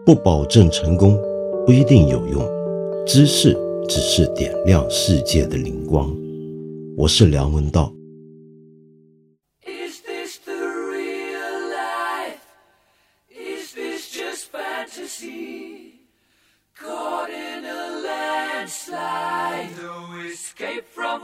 不保证成功，不一定有用。知识只是点亮世界的灵光。我是梁文道。 Is this the real life? Is this just fantasy? Caught in a landslide, no escape from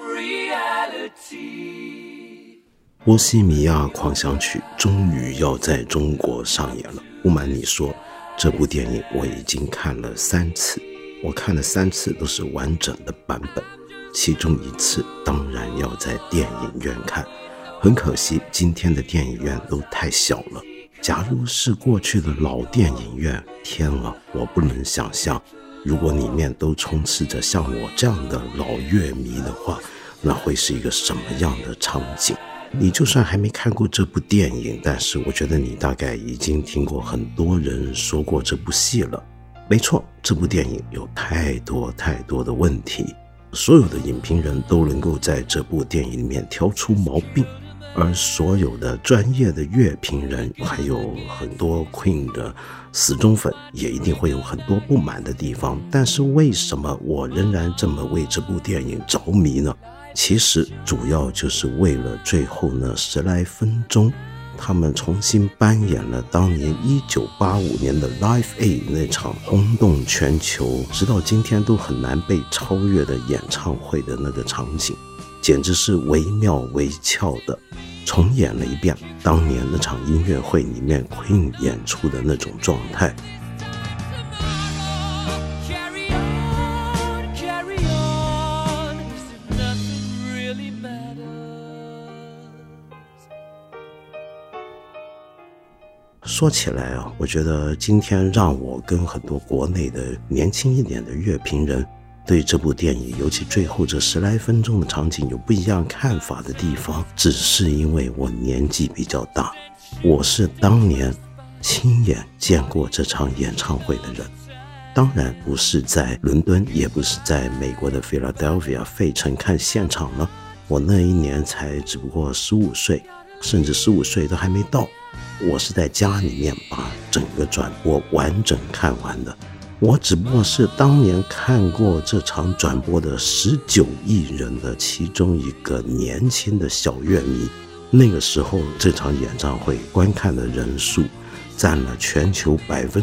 reality. 波西米亚狂想曲终于要在中国上演了。不瞒你说，这部电影我已经看了3次，我看了3次都是完整的版本，其中1次当然要在电影院看。很可惜今天的电影院都太小了，假如是过去的老电影院，天啊，我不能想象，如果里面都充斥着像我这样的老乐迷的话，那会是一个什么样的场景。你就算还没看过这部电影，但是我觉得你大概已经听过很多人说过这部戏了。没错，这部电影有太多的问题，所有的影评人都能够在这部电影里面挑出毛病，而所有的专业的乐评人还有很多 Queen 的死忠粉也一定会有很多不满的地方。但是为什么我仍然这么为这部电影着迷呢？其实主要就是为了最后那10来分钟，他们重新扮演了当年1985年的 Live Aid 那场轰动全球直到今天都很难被超越的演唱会的那个场景，简直是惟妙惟肖的重演了一遍当年那场音乐会里面 Queen 演出的那种状态。说起来啊，我觉得今天让我跟很多国内的年轻一点的乐评人对这部电影，尤其最后这10来分钟的场景有不一样看法的地方，只是因为我年纪比较大，我是当年亲眼见过这场演唱会的人，当然不是在伦敦，也不是在美国的 Philadelphia 费城看现场了，我那一年才只不过15岁，甚至15岁都还没到。我是在家里面把整个转播完整看完的，我只不过是当年看过这场转播的19亿人的其中一个年轻的小乐迷。那个时候这场演唱会观看的人数占了全球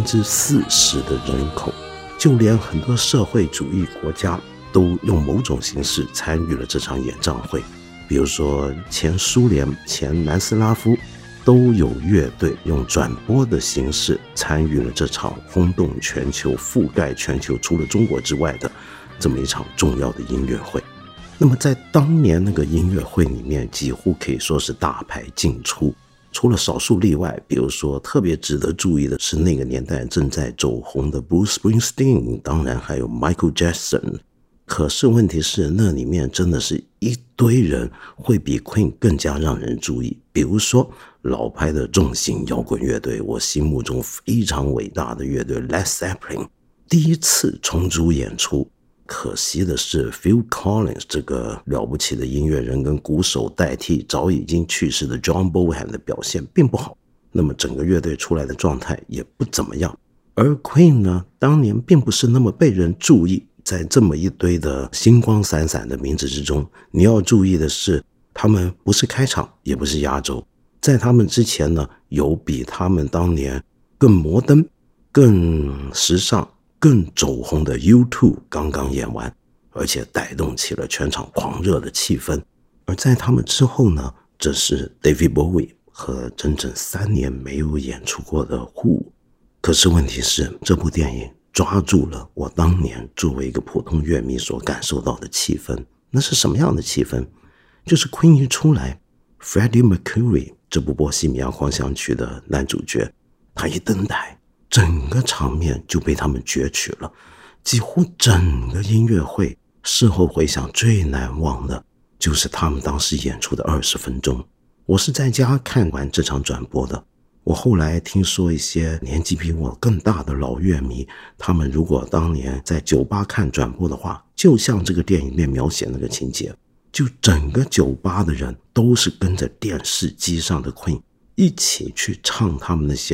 40%的人口，就连很多社会主义国家都用某种形式参与了这场演唱会，比如说前苏联、前南斯拉夫都有乐队用转播的形式参与了这场轰动全球、覆盖全球除了中国之外的这么一场重要的音乐会。那么在当年那个音乐会里面，几乎可以说是大牌进出，除了少数例外，比如说特别值得注意的是那个年代正在走红的 Bruce Springsteen， 当然还有 Michael Jackson。可是问题是那里面真的是一堆人会比 Queen 更加让人注意，比如说老牌的重型摇滚乐队，我心目中非常伟大的乐队 Led Zeppelin 第一次重组演出。可惜的是 Phil Collins 这个了不起的音乐人跟鼓手代替早已经去世的 John Bonham 的表现并不好，那么整个乐队出来的状态也不怎么样。而 Queen 呢，当年并不是那么被人注意，在这么一堆的星光闪闪的名字之中，你要注意的是他们不是开场也不是压轴，在他们之前呢，有比他们当年更摩登、更时尚、更走红的 U2 刚刚演完，而且带动起了全场狂热的气氛。而在他们之后呢，这是 David Bowie 和整整3年没有演出过的 Who。 可是问题是这部电影抓住了我当年作为一个普通乐迷所感受到的气氛。那是什么样的气氛？就是 Queen 一出来， Freddie Mercury 这部波西米亚狂想曲的男主角，他一登台，整个场面就被他们攫取了。几乎整个音乐会事后回想最难忘的就是他们当时演出的20分钟。我是在家看完这场转播的，我后来听说一些年纪比我更大的老乐迷，他们如果当年在酒吧看转播的话，就像这个电影里面描写那个情节，就整个酒吧的人都是跟着电视机上的 Queen 一起去唱他们那些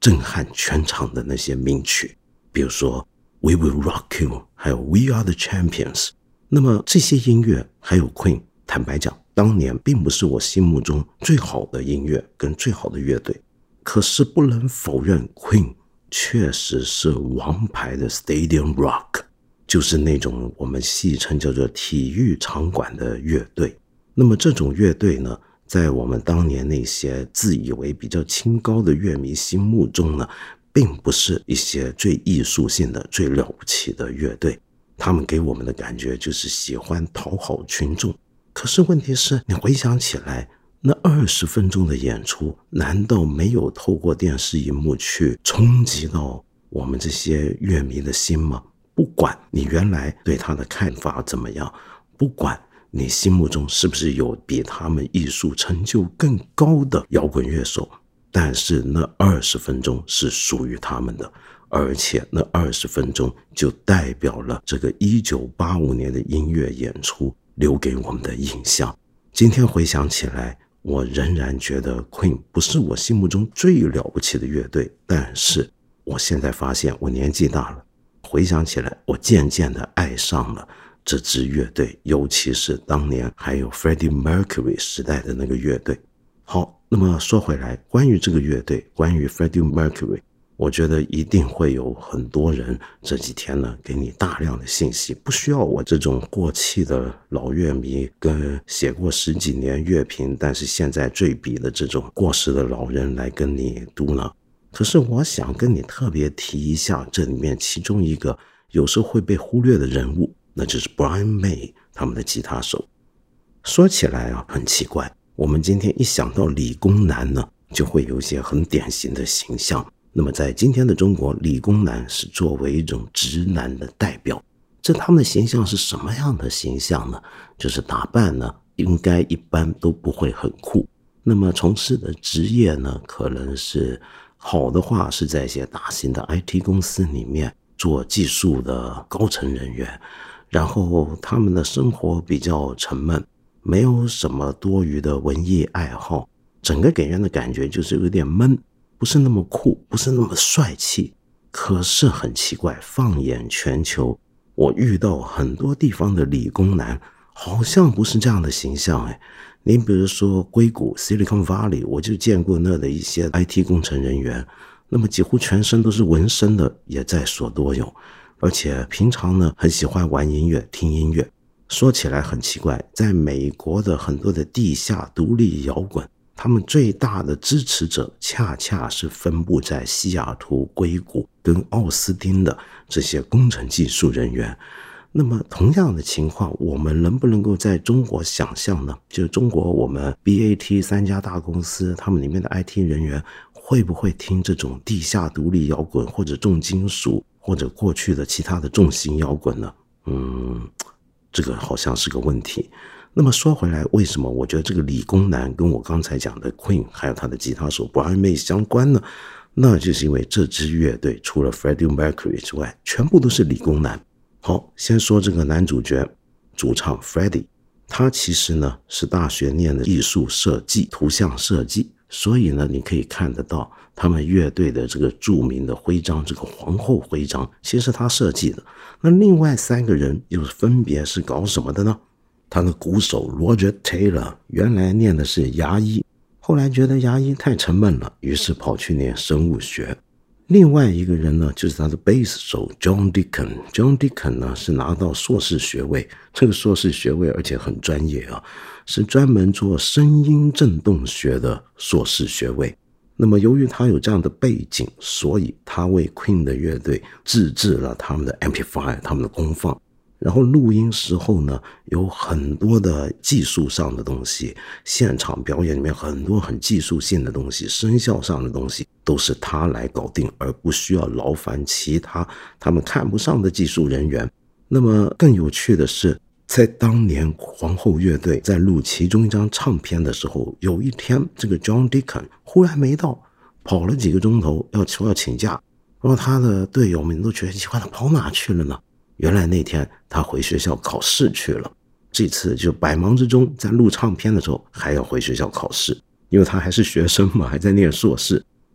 震撼全场的那些名曲，比如说 We Will Rock You 还有 We Are The Champions。 那么这些音乐还有 Queen， 坦白讲当年并不是我心目中最好的音乐跟最好的乐队，可是不能否认 Queen 确实是王牌的 Stadium Rock， 就是那种我们戏称叫做体育场馆的乐队。那么这种乐队呢，在我们当年那些自以为比较清高的乐迷心目中呢，并不是一些最艺术性的最了不起的乐队，他们给我们的感觉就是喜欢讨好群众。可是问题是，你回想起来，那20分钟的演出难道没有透过电视荧幕去冲击到我们这些乐迷的心吗？不管你原来对他的看法怎么样，不管你心目中是不是有比他们艺术成就更高的摇滚乐手，但是那20分钟是属于他们的，而且那20分钟就代表了这个1985年的音乐演出留给我们的印象。今天回想起来，我仍然觉得 Queen 不是我心目中最了不起的乐队，但是我现在发现我年纪大了，回想起来我渐渐的爱上了这支乐队，尤其是当年还有 Freddie Mercury 时代的那个乐队。好，那么说回来，关于这个乐队，关于 Freddie Mercury， 我觉得一定会有很多人这几天呢给你大量的信息，不需要我这种过气的老乐迷跟写过10几年乐评但是现在坠笔的这种过时的老人来跟你嘟囔。可是我想跟你特别提一下这里面其中一个有时候会被忽略的人物，那就是 Brian May 他们的吉他手。说起来啊，很奇怪，我们今天一想到理工男呢，就会有一些很典型的形象。那么在今天的中国，理工男是作为一种直男的代表。这他们的形象是什么样的形象呢？就是打扮呢，应该一般都不会很酷。那么从事的职业呢，可能是好的话是在一些大型的 IT 公司里面做技术的高层人员，然后他们的生活比较沉闷，没有什么多余的文艺爱好，整个给人的感觉就是有点闷，不是那么酷，不是那么帅气。可是很奇怪，放眼全球，我遇到很多地方的理工男好像不是这样的形象。您比如说硅谷 Silicon Valley， 我就见过那的一些 IT 工程人员，那么几乎全身都是纹身的也在所多有，而且平常呢很喜欢玩音乐听音乐。说起来很奇怪，在美国的很多的地下独立摇滚，他们最大的支持者恰恰是分布在西雅图、硅谷跟奥斯汀的这些工程技术人员。那么同样的情况，我们能不能够在中国想象呢？就中国我们 BAT 3家大公司，他们里面的 IT 人员会不会听这种地下独立摇滚或者重金属或者过去的其他的重型摇滚呢？这个好像是个问题。那么说回来，为什么我觉得这个理工男跟我刚才讲的 Queen 还有他的吉他手 Brian May 相关呢？那就是因为这支乐队除了 Freddie Mercury 之外，全部都是理工男。好，先说这个男主角主唱 Freddie， 他其实呢是大学念的艺术设计、图像设计，所以呢你可以看得到他们乐队的这个著名的徽章，这个皇后徽章其实是他设计的。那另外3个人又分别是搞什么的呢？他的鼓手 Roger Taylor 原来念的是牙医，后来觉得牙医太沉闷了，于是跑去念生物学。另外一个人呢，就是他的贝斯手 John Deacon。John Deacon 呢是拿到硕士学位，这个硕士学位而且很专业啊，是专门做声音振动学的硕士学位。那么由于他有这样的背景，所以他为 Queen 的乐队自制了他们的 amplifier， 他们的功放。然后录音时候呢，有很多的技术上的东西，现场表演里面很多很技术性的东西，声效上的东西都是他来搞定，而不需要劳烦其他们看不上的技术人员。那么更有趣的是，在当年皇后乐队在录其中一张唱片的时候，有一天这个 John Deacon 忽然没到，跑了几个钟头要请假，然后他的队友们都觉得奇怪，他跑哪去了呢？原来那天他回学校考试去了，这次就百忙之中在录唱片的时候还要回学校考试，因为他还是学生嘛，还在念硕士。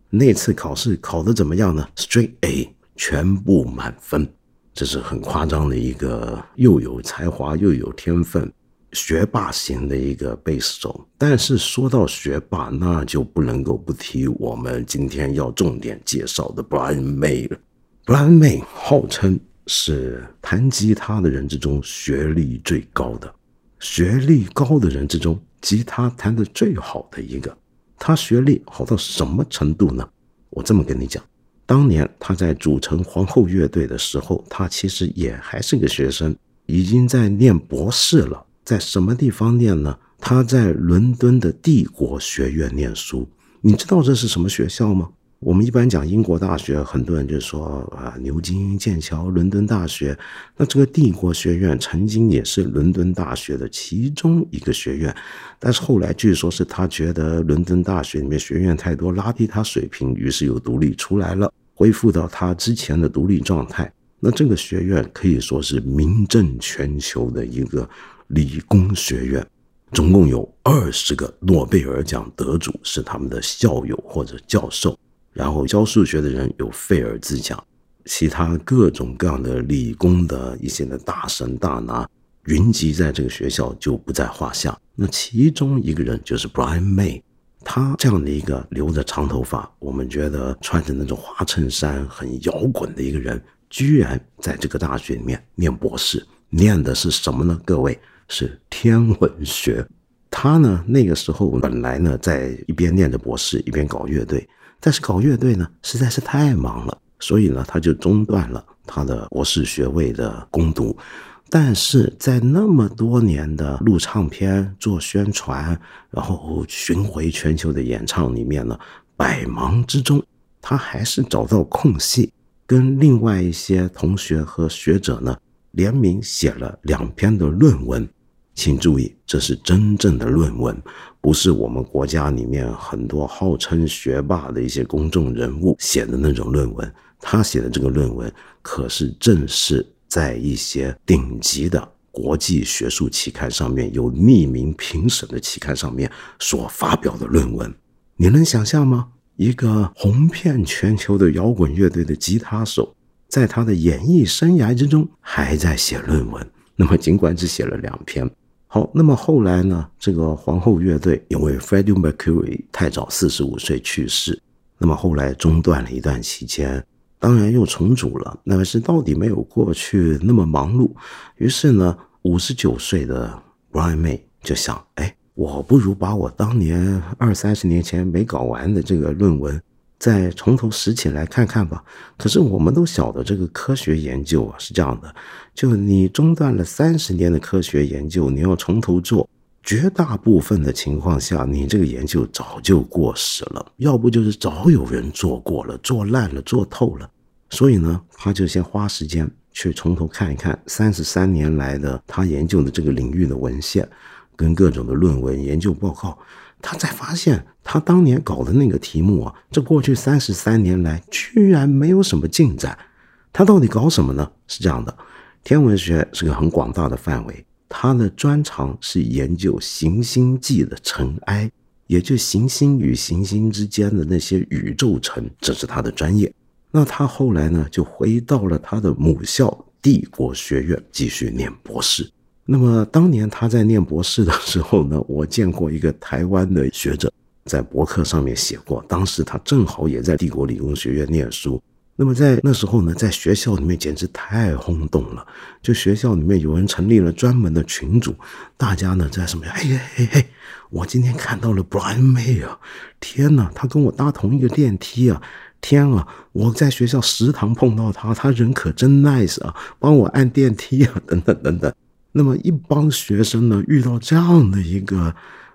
那次考试考得怎么样呢？ Straight A， 全部满分。这是很夸张的一个又有才华又有天分学霸型的一个贝斯手。但是说到学霸，那就不能够不提我们今天要重点介绍的 Brian May 了。 Brian May 号称是弹吉他的人之中学历最高的，学历高的人之中吉他弹得最好的一个。他学历好到什么程度呢？我这么跟你讲，当年他在组成皇后乐队的时候，他其实也还是个学生，已经在念博士了。在什么地方念呢？他在伦敦的帝国学院念书。你知道这是什么学校吗？我们一般讲英国大学，很多人就说牛津、剑桥、伦敦大学。那这个帝国学院曾经也是伦敦大学的其中一个学院，但是后来据说是他觉得伦敦大学里面学院太多，拉低他水平，于是又独立出来了，恢复到他之前的独立状态。那这个学院可以说是名震全球的一个理工学院，总共有20个诺贝尔奖得主是他们的校友或者教授，然后教数学的人有费尔兹奖，其他各种各样的理工的一些的大神大拿云集在这个学校就不在话下。那其中一个人就是 Brian May， 他这样的一个留着长头发，我们觉得穿着那种花衬衫很摇滚的一个人，居然在这个大学里面念博士。念的是什么呢？各位，是天文学。他呢那个时候本来呢在一边念着博士一边搞乐队，但是搞乐队呢实在是太忙了，所以呢他就中断了他的博士学位的攻读。但是在那么多年的录唱片、做宣传，然后巡回全球的演唱里面呢，百忙之中他还是找到空隙，跟另外一些同学和学者呢联名写了2篇的论文。请注意，这是真正的论文，不是我们国家里面很多号称学霸的一些公众人物写的那种论文。他写的这个论文可是正是在一些顶级的国际学术期刊上面，有匿名评审的期刊上面所发表的论文。你能想象吗？一个红遍全球的摇滚乐队的吉他手，在他的演艺生涯之中还在写论文。那么尽管只写了2篇。好，那么后来呢，这个皇后乐队因为 Freddie Mercury 太早45岁去世，那么后来中断了一段期间，当然又重组了，那么是到底没有过去那么忙碌。于是呢59岁的 Brian May 就想，我不如把我当年20-30年前没搞完的这个论文再从头拾起来看看吧。可是我们都晓得这个科学研究啊是这样的，就你中断了30年的科学研究，你要从头做，绝大部分的情况下你这个研究早就过时了，要不就是早有人做过了，做烂了，做透了。所以呢他就先花时间去从头看一看33年来的他研究的这个领域的文献跟各种的论文研究报告。他才发现他当年搞的那个题目啊，这过去33年来居然没有什么进展。他到底搞什么呢？是这样的，天文学是个很广大的范围，他的专长是研究行星际的尘埃，也就行星与行星之间的那些宇宙尘，这是他的专业。那他后来呢就回到了他的母校帝国学院继续念博士。那么当年他在念博士的时候呢，我见过一个台湾的学者在博客上面写过，当时他正好也在帝国理工学院念书。那么在那时候呢，在学校里面简直太轰动了，就学校里面有人成立了专门的群组，大家呢在什么嘿，我今天看到了 Brian May 啊，天哪，他跟我搭同一个电梯啊，天啊，我在学校食堂碰到他，他人可真 nice 啊，帮我按电梯啊，等等等等。那么一帮学生呢遇到这样的一个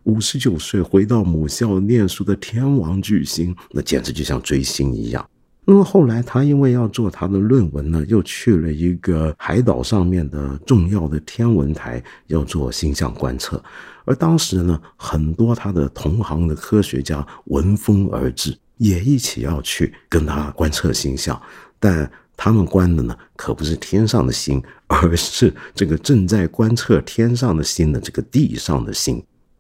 59岁回到母校念书的天王巨星，那简直就像追星一样。那么后来他因为要做他的论文呢，又去了一个海岛上面的重要的天文台要做星象观测。而当时呢很多他的同行的科学家闻风而至，也一起要去跟他观测星象，但他们观的呢可不是天上的星，而是这个正在观测天上的星的这个地上的星。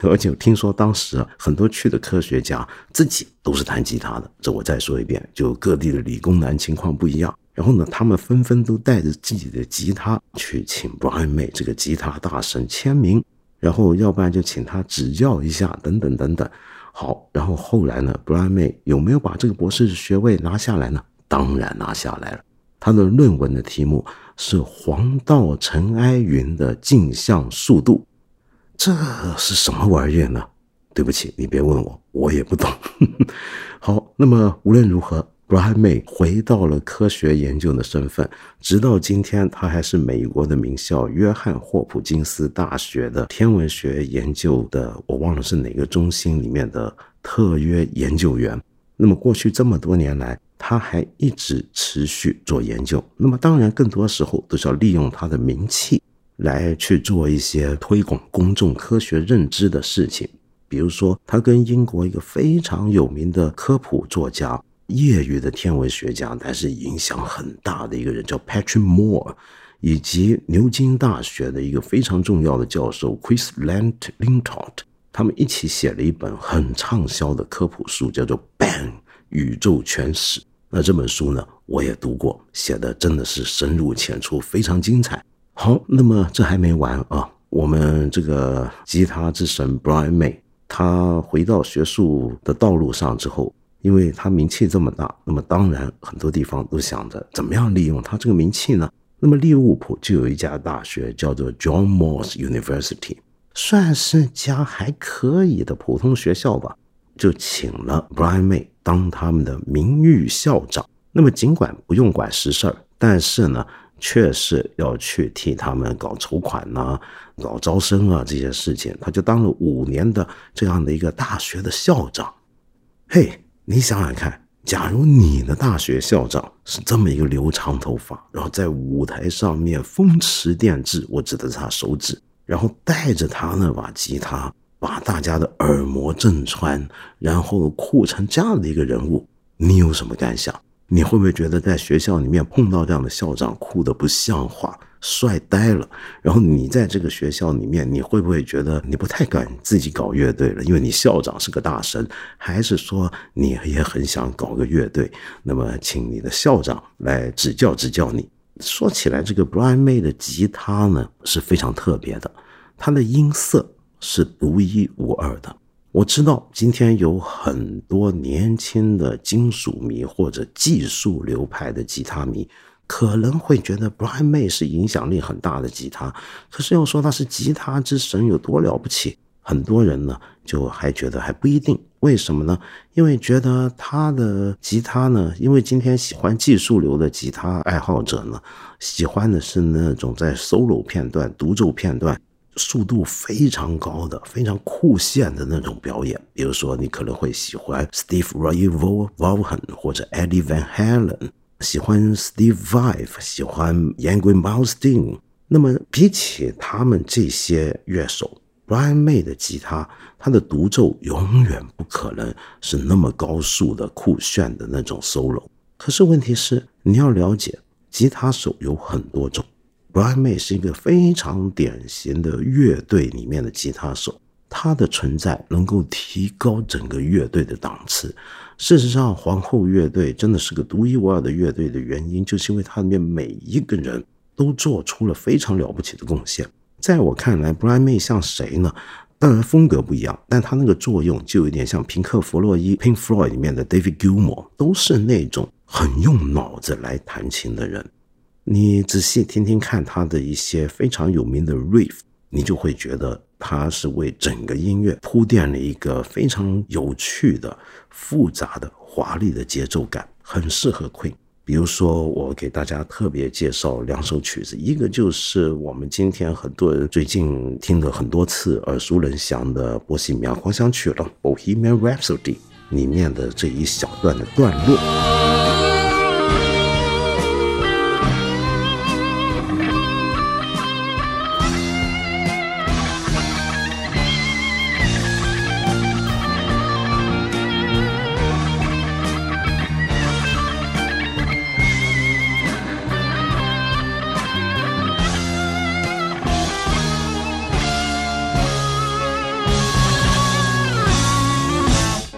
而且听说当时很多去的科学家自己都是弹吉他的，这我再说一遍，就各地的理工男情况不一样。然后呢，他们纷纷都带着自己的吉他去请 Brian May 这个吉他大神签名，然后要不然就请他指教一下等等等等。好，然后后来呢 Brian May 有没有把这个博士学位拿下来呢？当然拿下来了。他的论文的题目是黄道尘埃云的镜像速度。这是什么玩意呢？对不起，你别问我，我也不懂。好，那么无论如何，Brian May 回到了科学研究的身份，直到今天他还是美国的名校约翰霍普金斯大学的天文学研究的，我忘了是哪个中心里面的特约研究员。那么过去这么多年来，他还一直持续做研究。那么当然更多时候都是要利用他的名气来去做一些推广公众科学认知的事情。比如说他跟英国一个非常有名的科普作家，业余的天文学家，但是影响很大的一个人叫 Patrick Moore， 以及牛津大学的一个非常重要的教授 Chris Lintott， 他们一起写了一本很畅销的科普书，叫做 Bang 宇宙全史。那这本书呢我也读过，写的真的是深入浅出，非常精彩。好，那么这还没完啊，我们这个吉他之神 Brian May 他回到学术的道路上之后，因为他名气这么大，那么当然很多地方都想着怎么样利用他这个名气呢？那么利物浦就有一家大学叫做 John Moores University， 算是家还可以的普通学校吧，就请了 Brian May 当他们的名誉校长。那么尽管不用管实事，但是呢确实要去替他们搞筹款啊，搞招生啊，这些事情。他就当了5年的这样的一个大学的校长。嘿，你想想看，假如你的大学校长是这么一个留长头发，然后在舞台上面风驰电掣，我指的是他手指，然后带着他那把吉他，把大家的耳膜震穿，然后酷成这样的一个人物，你有什么感想？你会不会觉得在学校里面碰到这样的校长酷得不像话，帅呆了？然后你在这个学校里面，你会不会觉得你不太敢自己搞乐队了，因为你校长是个大神？还是说你也很想搞个乐队，那么请你的校长来指教指教你？说起来，这个 Brian May 的吉他呢是非常特别的，它的音色是独一无二的。我知道今天有很多年轻的金属迷或者技术流派的吉他迷可能会觉得 Brian May 是影响力很大的吉他，可是要说他是吉他之神有多了不起，很多人呢就还觉得还不一定。为什么呢？因为觉得他的吉他呢，因为今天喜欢技术流的吉他爱好者呢，喜欢的是那种在 solo 片段、独奏片段速度非常高的非常酷炫的那种表演。比如说你可能会喜欢 Steve Ray Vaughan 或者 Eddie Van Halen， 喜欢 Steve Vai， 喜欢 Yngwie Malmsteen。 那么比起他们这些乐手， Brian May 的吉他，他的独奏永远不可能是那么高速的酷炫的那种 solo。 可是问题是你要了解，吉他手有很多种，Brian May 是一个非常典型的乐队里面的吉他手，他的存在能够提高整个乐队的档次。事实上，皇后乐队真的是个独一无二的乐队的原因，就是因为它里面每一个人都做出了非常了不起的贡献。在我看来 Brian May 像谁呢？当然风格不一样，但他那个作用就有点像平克·弗洛伊 Pink Floyd 里面的 David Gilmour， 都是那种很用脑子来弹琴的人。你仔细听听看他的一些非常有名的 riff， 你就会觉得他是为整个音乐铺垫了一个非常有趣的、复杂的、华丽的节奏感，很适合 Queen。 比如说我给大家特别介绍2首曲子，一个就是我们今天很多人最近听了很多次耳熟能详的波西米亚狂想曲了 Bohemian Rhapsody 里面的这一小段的段落。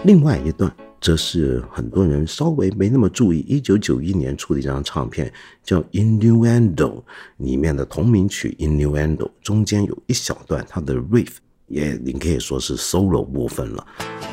另外一段则是很多人稍微没那么注意，1991年出的一张唱片叫 Innuendo， 里面的同名曲 Innuendo 中间有一小段它的 riff 也你可以说是 solo 部分了。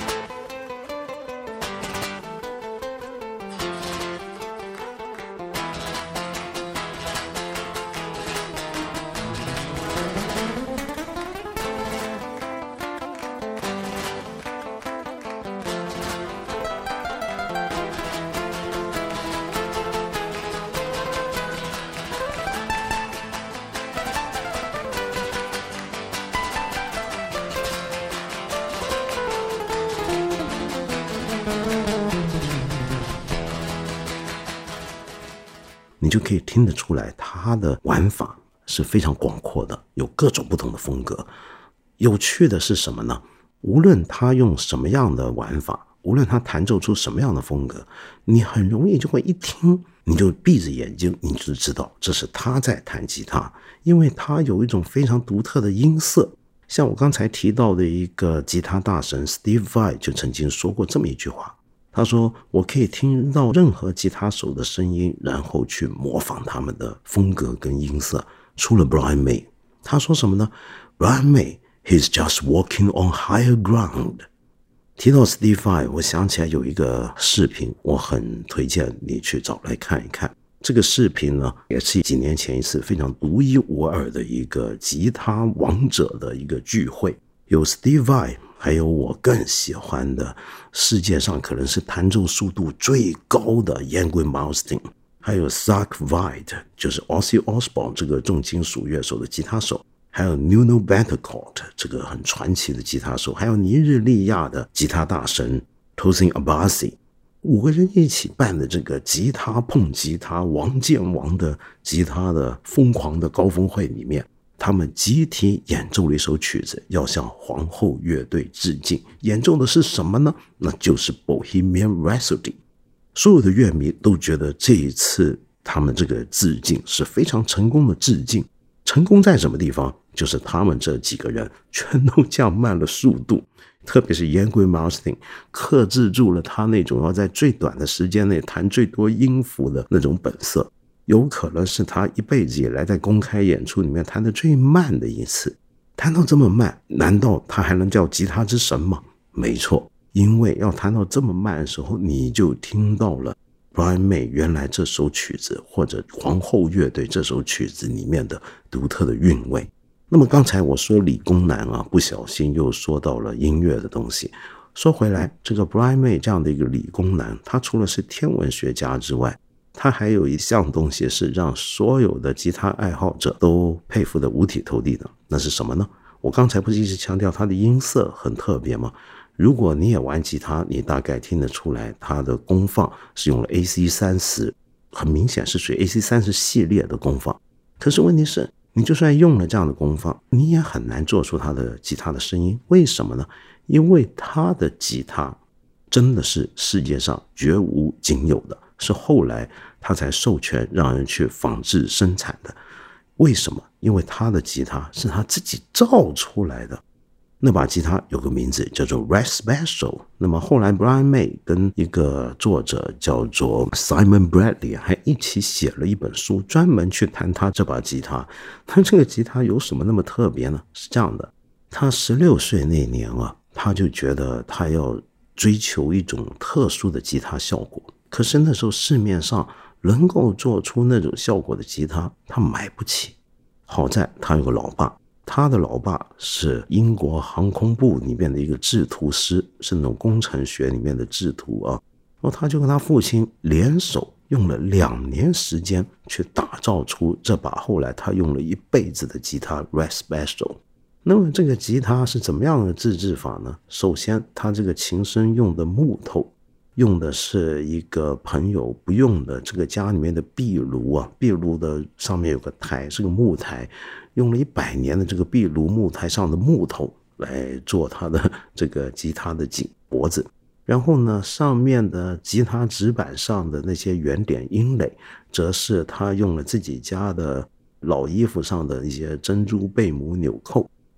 你就可以听得出来，它的玩法是非常广阔的，有各种不同的风格。有趣的是什么呢？无论他用什么样的玩法，无论他弹奏出什么样的风格，你很容易就会一听，你就闭着眼睛，你就知道这是他在弹吉他，因为他有一种非常独特的音色。像我刚才提到的一个吉他大神 Steve Vai 就曾经说过这么一句话，他说我可以听到任何吉他手的声音，然后去模仿他们的风格跟音色，除了 Brian May。 他说什么呢？ Brian May He's just walking on higher ground。 提到 Steve Vai， 我想起来有一个视频，我很推荐你去找来看一看。这个视频呢，也是几年前一次非常独一无二的一个吉他王者的一个聚会，有 Steve Vai， 还有我更喜欢的世界上可能是弹奏速度最高的 Yngwie Malmsteen， 还有 Zakk Wylde， 就是 Ozzy Osbourne 这个重金属乐手的吉他手，还有 Nuno Bettencourt 这个很传奇的吉他手，还有尼日利亚的吉他大神 Tosin Abasi， 5个人一起办的这个吉他碰吉他王见王的吉他的疯狂的高峰会里面，他们集体演奏了一首曲子，要向皇后乐队致敬。演奏的是什么呢？那就是 Bohemian Rhapsody。 所有的乐迷都觉得这一次他们这个致敬是非常成功的致敬。成功在什么地方？就是他们这几个人全都降慢了速度，特别是 Yngwie Malmsteen 克制住了他那种要在最短的时间内弹最多音符的那种本色，有可能是他一辈子以来在公开演出里面弹得最慢的一次。弹到这么慢，难道他还能叫吉他之神吗？没错，因为要弹到这么慢的时候，你就听到了 Brian May 原来这首曲子或者皇后乐队这首曲子里面的独特的韵味。那么刚才我说理工男啊，不小心又说到了音乐的东西。说回来，这个 Brian May 这样的一个理工男，他除了是天文学家之外，他还有一项东西是让所有的吉他爱好者都佩服的五体投地的，那是什么呢？我刚才不是一直强调他的音色很特别吗？如果你也玩吉他，你大概听得出来他的功放是用了 AC30， 很明显是属于 AC30 系列的功放。可是问题是，你就算用了这样的功放，你也很难做出他的吉他的声音。为什么呢？因为他的吉他真的是世界上绝无仅有的，是后来他才授权让人去仿制生产的。为什么？因为他的吉他是他自己造出来的。那把吉他有个名字叫做 Red Special。 那么后来 Brian May 跟一个作者叫做 Simon Bradley 还一起写了一本书，专门去谈他这把吉他。他这个吉他有什么那么特别呢？是这样的，他16岁那年啊，他就觉得他要追求一种特殊的吉他效果，可是那时候市面上能够做出那种效果的吉他他买不起。好在他有个老爸，他的老爸是英国航空部里面的一个制图师，是那种工程学里面的制图啊。然后他就跟他父亲联手用了2年时间去打造出这把后来他用了一辈子的吉他 Red Special。 那么这个吉他是怎么样的自制法呢？首先他这个琴身用的木头用的是一个朋友不用的这个家里面的壁炉啊，壁炉的上面有个台，是个木台，用了100年的这个壁炉木台上的木头来做他的这个吉他的颈脖子。然后呢，上面的吉他指板上的那些圆点音垒，则是他用了自己家的老衣服上的一些珍珠贝母纽扣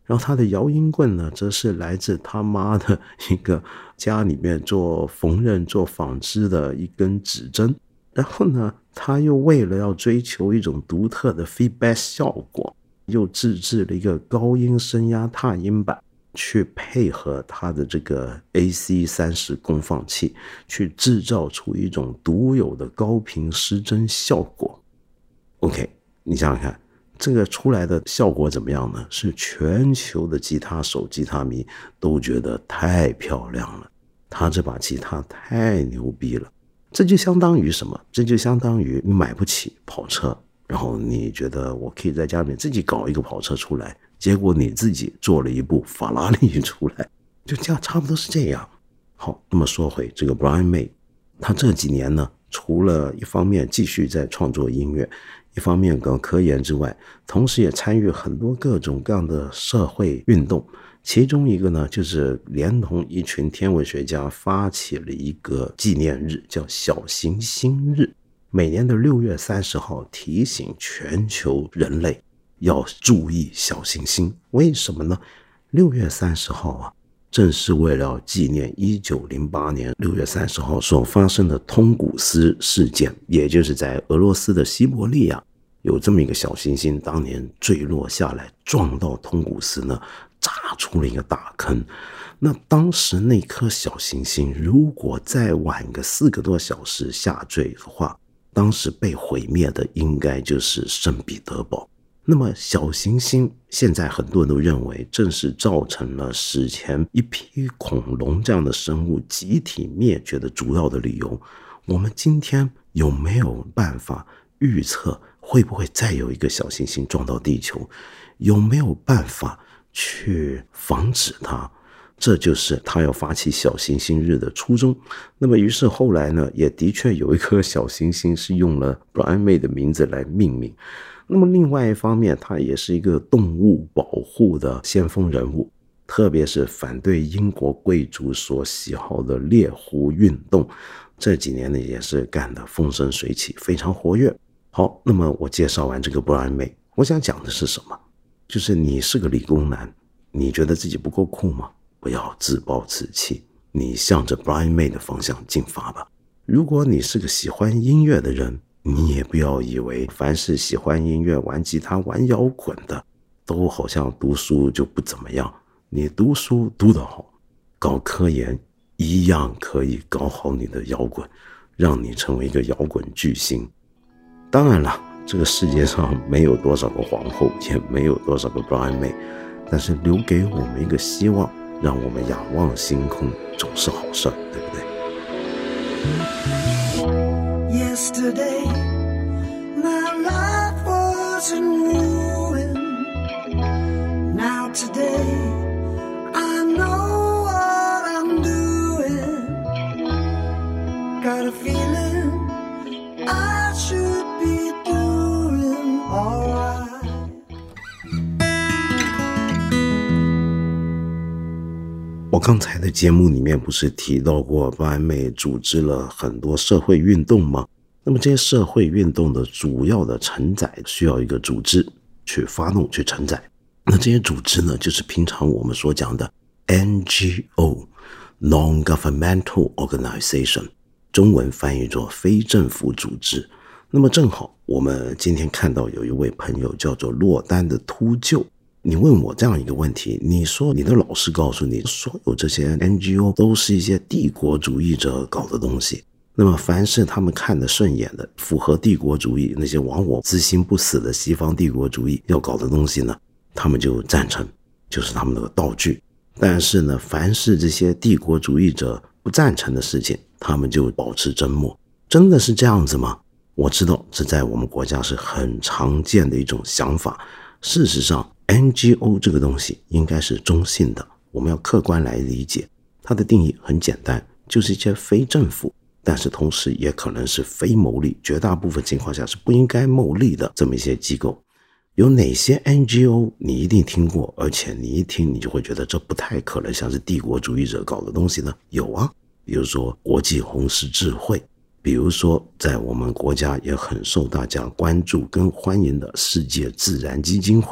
然后他的摇音棍呢，则是来自他妈的一个家里面做缝纫、做纺织的一根指针。然后呢，他又为了要追求一种独特的 feedback 效果，又自制了一个高音声压踏音板，去配合他的这个 AC30 功放器，去制造出一种独有的高频失真效果。OK， 你想想看，这个出来的效果怎么样呢？是全球的吉他手、吉他迷都觉得太漂亮了，他这把吉他太牛逼了。这就相当于什么？这就相当于你买不起跑车，然后你觉得我可以在家里面自己搞一个跑车出来，结果你自己做了一部法拉利出来，就这样，差不多是这样。好，那么说回这个 Brian May， 他这几年呢，除了一方面继续在创作音乐，一方面搞科研之外，同时也参与很多各种各样的社会运动。其中一个呢，就是连同一群天文学家发起了一个纪念日，叫小行星日。每年的6月30号提醒全球人类要注意小行星。为什么呢？6月30号啊，正是为了纪念1908年6月30号所发生的通古斯事件，也就是在俄罗斯的西伯利亚有这么一个小行星，当年坠落下来撞到通古斯呢，炸出了一个大坑。那当时那颗小行星如果再晚个4个多小时下坠的话，当时被毁灭的应该就是圣彼得堡。那么小行星现在很多人都认为正是造成了史前一批恐龙这样的生物集体灭绝的主要的理由。我们今天有没有办法预测会不会再有一个小行星撞到地球？有没有办法去防止它？这就是他要发起小行星日的初衷。那么于是后来呢，也的确有一颗小行星是用了 Brian May 的名字来命名。那么另外一方面，他也是一个动物保护的先锋人物，特别是反对英国贵族所喜好的猎狐运动，这几年呢也是干得风生水起，非常活跃。好，那么我介绍完这个 Brian May， 我想讲的是什么？就是你是个理工男，你觉得自己不够酷吗？不要自暴自弃，你向着 Brian May 的方向进发吧。如果你是个喜欢音乐的人，你也不要以为凡是喜欢音乐、玩吉他、玩摇滚的都好像读书就不怎么样。你读书读得好，搞科研一样可以搞好你的摇滚，让你成为一个摇滚巨星。当然了，这个世界上没有多少个皇后，也没有多少个 Brian May， 但是留给我们一个希望，让我们仰望星空，总是好事，对不对？ Yesterday, my life was in ruin. Now today, I know what I'm doing. Got a feeling I should be doing alright. 我刚才的节目里面不是提到过 Brian May 组织了很多社会运动吗？那么这些社会运动的主要的承载需要一个组织去发动去承载。那这些组织呢，就是平常我们所讲的 NGO Non-Governmental Organization， 中文翻译作非政府组织。那么正好我们今天看到有一位朋友叫做落单的秃鹫，你问我这样一个问题，你说你的老师告诉你所有这些 NGO 都是一些帝国主义者搞的东西，那么凡是他们看得顺眼的，符合帝国主义，那些亡我之心不死的西方帝国主义要搞的东西呢，他们就赞成，就是他们的道具。但是呢，凡是这些帝国主义者不赞成的事情，他们就保持沉默。真的是这样子吗？我知道这在我们国家是很常见的一种想法。事实上 NGO 这个东西应该是中性的，我们要客观来理解。它的定义很简单，就是一些非政府，但是同时也可能是非牟利，绝大部分情况下是不应该牟利的这么一些机构。有哪些 NGO 你一定听过，而且你一听你就会觉得这不太可能像是帝国主义者搞的东西呢？有啊，比如说国际红十字会，比如说在我们国家也很受大家关注跟欢迎的世界自然基金会，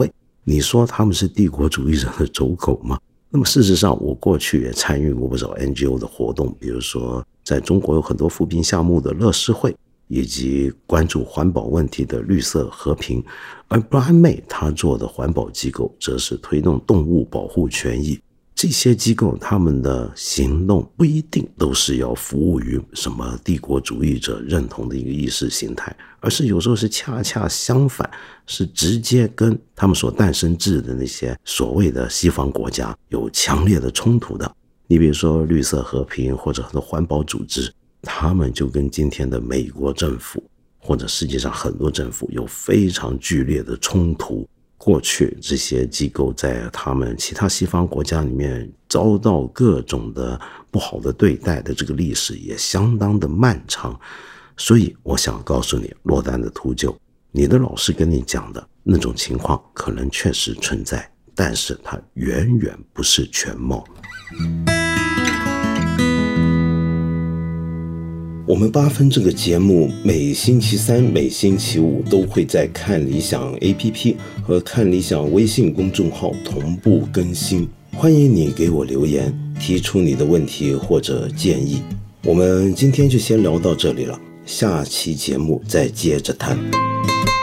你说他们是帝国主义者的走狗吗？那么事实上，我过去也参与过不少 NGO 的活动，比如说在中国有很多扶贫项目的乐施会，以及关注环保问题的绿色和平。而 Brian May 他做的环保机构则是推动动物保护权益。这些机构他们的行动不一定都是要服务于什么帝国主义者认同的一个意识形态，而是有时候是恰恰相反，是直接跟他们所诞生制的那些所谓的西方国家有强烈的冲突的。你比如说绿色和平或者很多环保组织，他们就跟今天的美国政府或者世界上很多政府有非常剧烈的冲突。过去这些机构在他们其他西方国家里面遭到各种的不好的对待的这个历史也相当的漫长。所以我想告诉你，落单的秃鹫，你的老师跟你讲的那种情况可能确实存在，但是它远远不是全貌。我们8分这个节目每星期三、每星期五都会在看理想 APP 和看理想微信公众号同步更新，欢迎你给我留言，提出你的问题或者建议。我们今天就先聊到这里了，下期节目再接着谈。